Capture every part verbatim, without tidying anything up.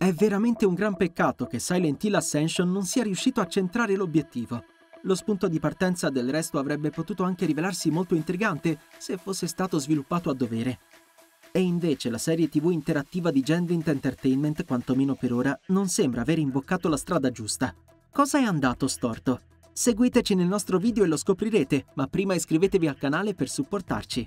È veramente un gran peccato che Silent Hill Ascension non sia riuscito a centrare l'obiettivo. Lo spunto di partenza del resto avrebbe potuto anche rivelarsi molto intrigante se fosse stato sviluppato a dovere. E invece la serie tivù interattiva di Genvint Entertainment, quantomeno per ora, non sembra aver imboccato la strada giusta. Cosa è andato storto? Seguiteci nel nostro video e lo scoprirete, ma prima iscrivetevi al canale per supportarci.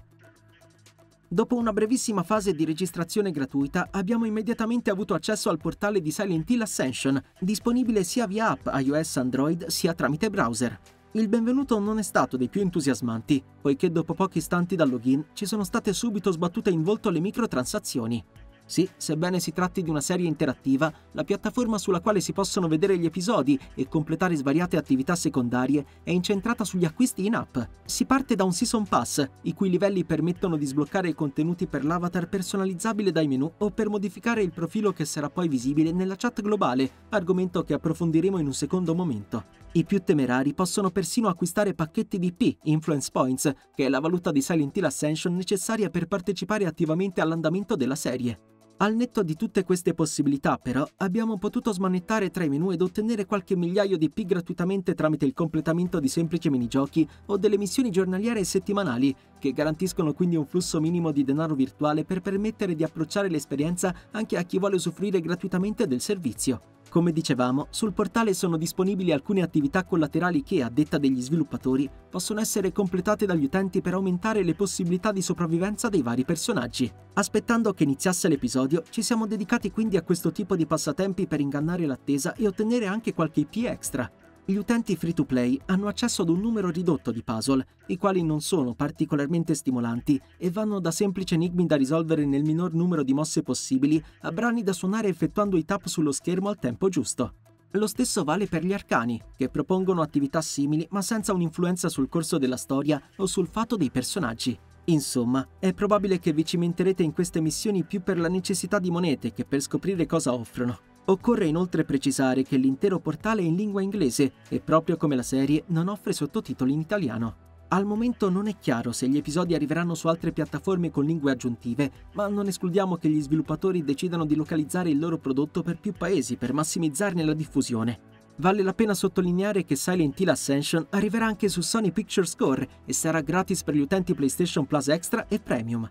Dopo una brevissima fase di registrazione gratuita, abbiamo immediatamente avuto accesso al portale di Silent Hill Ascension, disponibile sia via app iOS Android sia tramite browser. Il benvenuto non è stato dei più entusiasmanti, poiché dopo pochi istanti dal login ci sono state subito sbattute in volto le microtransazioni. Sì, sebbene si tratti di una serie interattiva, la piattaforma sulla quale si possono vedere gli episodi e completare svariate attività secondarie è incentrata sugli acquisti in app. Si parte da un Season Pass, i cui livelli permettono di sbloccare i contenuti per l'avatar personalizzabile dai menu o per modificare il profilo che sarà poi visibile nella chat globale, argomento che approfondiremo in un secondo momento. I più temerari possono persino acquistare pacchetti di P, Influence Points, che è la valuta di Silent Hill Ascension necessaria per partecipare attivamente all'andamento della serie. Al netto di tutte queste possibilità, però, abbiamo potuto smanettare tra i menu ed ottenere qualche migliaio di P gratuitamente tramite il completamento di semplici minigiochi o delle missioni giornaliere e settimanali, che garantiscono quindi un flusso minimo di denaro virtuale per permettere di approcciare l'esperienza anche a chi vuole usufruire gratuitamente del servizio. Come dicevamo, sul portale sono disponibili alcune attività collaterali che, a detta degli sviluppatori, possono essere completate dagli utenti per aumentare le possibilità di sopravvivenza dei vari personaggi. Aspettando che iniziasse l'episodio, ci siamo dedicati quindi a questo tipo di passatempi per ingannare l'attesa e ottenere anche qualche I P extra. Gli utenti free-to-play hanno accesso ad un numero ridotto di puzzle, i quali non sono particolarmente stimolanti e vanno da semplici enigmi da risolvere nel minor numero di mosse possibili a brani da suonare effettuando i tap sullo schermo al tempo giusto. Lo stesso vale per gli arcani, che propongono attività simili ma senza un'influenza sul corso della storia o sul fatto dei personaggi. Insomma, è probabile che vi cimenterete in queste missioni più per la necessità di monete che per scoprire cosa offrono. Occorre inoltre precisare che l'intero portale è in lingua inglese e, proprio come la serie, non offre sottotitoli in italiano. Al momento non è chiaro se gli episodi arriveranno su altre piattaforme con lingue aggiuntive, ma non escludiamo che gli sviluppatori decidano di localizzare il loro prodotto per più paesi per massimizzarne la diffusione. Vale la pena sottolineare che Silent Hill Ascension arriverà anche su Sony Pictures Core e sarà gratis per gli utenti PlayStation Plus Extra e Premium.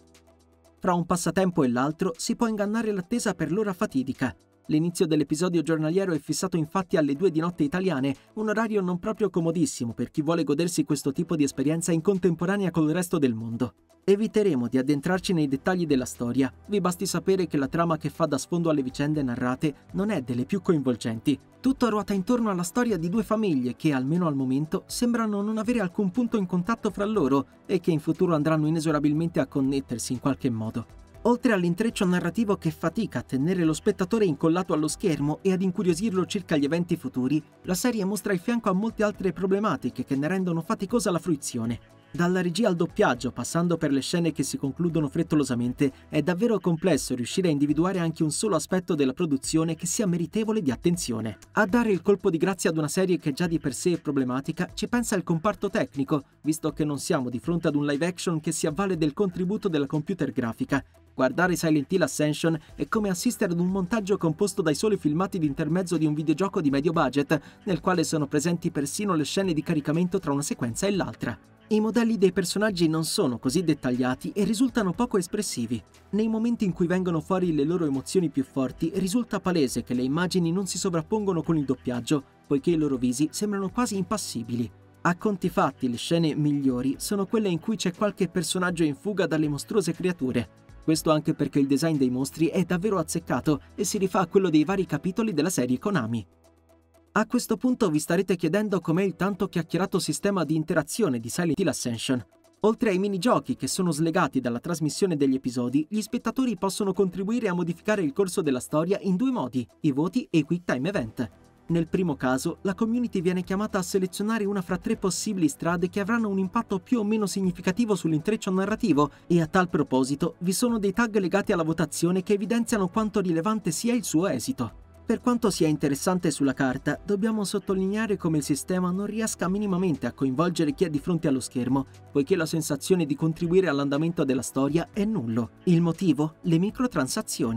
Fra un passatempo e l'altro si può ingannare l'attesa per l'ora fatidica. L'inizio dell'episodio giornaliero è fissato infatti alle due di notte italiane, un orario non proprio comodissimo per chi vuole godersi questo tipo di esperienza in contemporanea col resto del mondo. Eviteremo di addentrarci nei dettagli della storia, vi basti sapere che la trama che fa da sfondo alle vicende narrate non è delle più coinvolgenti. Tutto ruota intorno alla storia di due famiglie che, almeno al momento, sembrano non avere alcun punto in contatto fra loro e che in futuro andranno inesorabilmente a connettersi in qualche modo. Oltre all'intreccio narrativo che fatica a tenere lo spettatore incollato allo schermo e ad incuriosirlo circa gli eventi futuri, la serie mostra il fianco a molte altre problematiche che ne rendono faticosa la fruizione. Dalla regia al doppiaggio, passando per le scene che si concludono frettolosamente, è davvero complesso riuscire a individuare anche un solo aspetto della produzione che sia meritevole di attenzione. A dare il colpo di grazia ad una serie che già di per sé è problematica, ci pensa il comparto tecnico, visto che non siamo di fronte ad un live action che si avvale del contributo della computer grafica. Guardare Silent Hill Ascension è come assistere ad un montaggio composto dai soli filmati di intermezzo di un videogioco di medio budget, nel quale sono presenti persino le scene di caricamento tra una sequenza e l'altra. I modelli dei personaggi non sono così dettagliati e risultano poco espressivi. Nei momenti in cui vengono fuori le loro emozioni più forti, risulta palese che le immagini non si sovrappongono con il doppiaggio, poiché i loro visi sembrano quasi impassibili. A conti fatti, le scene migliori sono quelle in cui c'è qualche personaggio in fuga dalle mostruose creature. Questo anche perché il design dei mostri è davvero azzeccato e si rifà a quello dei vari capitoli della serie Konami. A questo punto vi starete chiedendo com'è il tanto chiacchierato sistema di interazione di Silent Hill Ascension. Oltre ai minigiochi che sono slegati dalla trasmissione degli episodi, gli spettatori possono contribuire a modificare il corso della storia in due modi, i voti e i Quick Time Event. Nel primo caso, la community viene chiamata a selezionare una fra tre possibili strade che avranno un impatto più o meno significativo sull'intreccio narrativo e a tal proposito vi sono dei tag legati alla votazione che evidenziano quanto rilevante sia il suo esito. Per quanto sia interessante sulla carta, dobbiamo sottolineare come il sistema non riesca minimamente a coinvolgere chi è di fronte allo schermo, poiché la sensazione di contribuire all'andamento della storia è nullo. Il motivo? Le microtransazioni.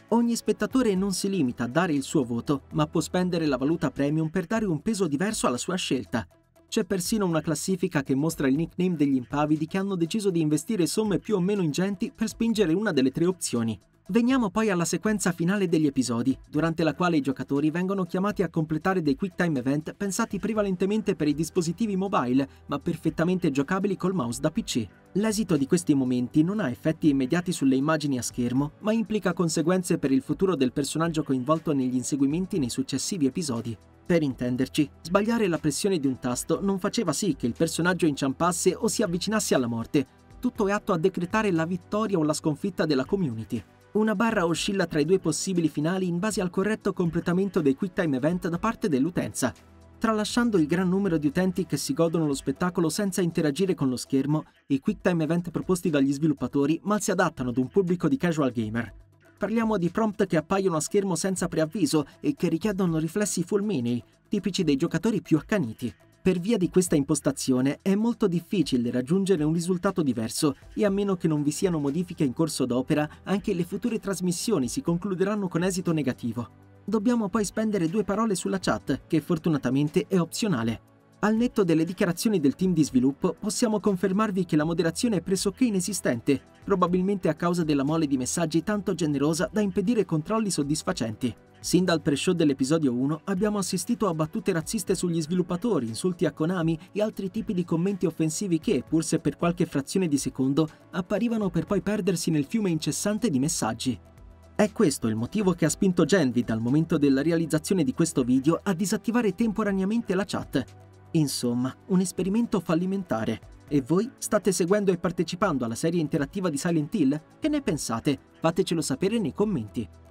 Ogni spettatore non si limita a dare il suo voto, ma può spendere la valuta premium per dare un peso diverso alla sua scelta. C'è persino una classifica che mostra il nickname degli impavidi che hanno deciso di investire somme più o meno ingenti per spingere una delle tre opzioni. Veniamo poi alla sequenza finale degli episodi, durante la quale i giocatori vengono chiamati a completare dei quick time event pensati prevalentemente per i dispositivi mobile, ma perfettamente giocabili col mouse da P C. L'esito di questi momenti non ha effetti immediati sulle immagini a schermo, ma implica conseguenze per il futuro del personaggio coinvolto negli inseguimenti nei successivi episodi. Per intenderci, sbagliare la pressione di un tasto non faceva sì che il personaggio inciampasse o si avvicinasse alla morte. Tutto è atto a decretare la vittoria o la sconfitta della community. Una barra oscilla tra i due possibili finali in base al corretto completamento dei quick time event da parte dell'utenza. Tralasciando il gran numero di utenti che si godono lo spettacolo senza interagire con lo schermo, i quick time event proposti dagli sviluppatori mal si adattano ad un pubblico di casual gamer. Parliamo di prompt che appaiono a schermo senza preavviso e che richiedono riflessi fulminei, tipici dei giocatori più accaniti. Per via di questa impostazione è molto difficile raggiungere un risultato diverso e a meno che non vi siano modifiche in corso d'opera, anche le future trasmissioni si concluderanno con esito negativo. Dobbiamo poi spendere due parole sulla chat, che fortunatamente è opzionale. Al netto delle dichiarazioni del team di sviluppo, possiamo confermarvi che la moderazione è pressoché inesistente, probabilmente a causa della mole di messaggi tanto generosa da impedire controlli soddisfacenti. Sin dal pre-show dell'episodio uno abbiamo assistito a battute razziste sugli sviluppatori, insulti a Konami e altri tipi di commenti offensivi che, pur se per qualche frazione di secondo, apparivano per poi perdersi nel fiume incessante di messaggi. È questo il motivo che ha spinto Genvid al momento della realizzazione di questo video a disattivare temporaneamente la chat. Insomma, un esperimento fallimentare. E voi state seguendo e partecipando alla serie interattiva di Silent Hill? Che ne pensate? Fatecelo sapere nei commenti.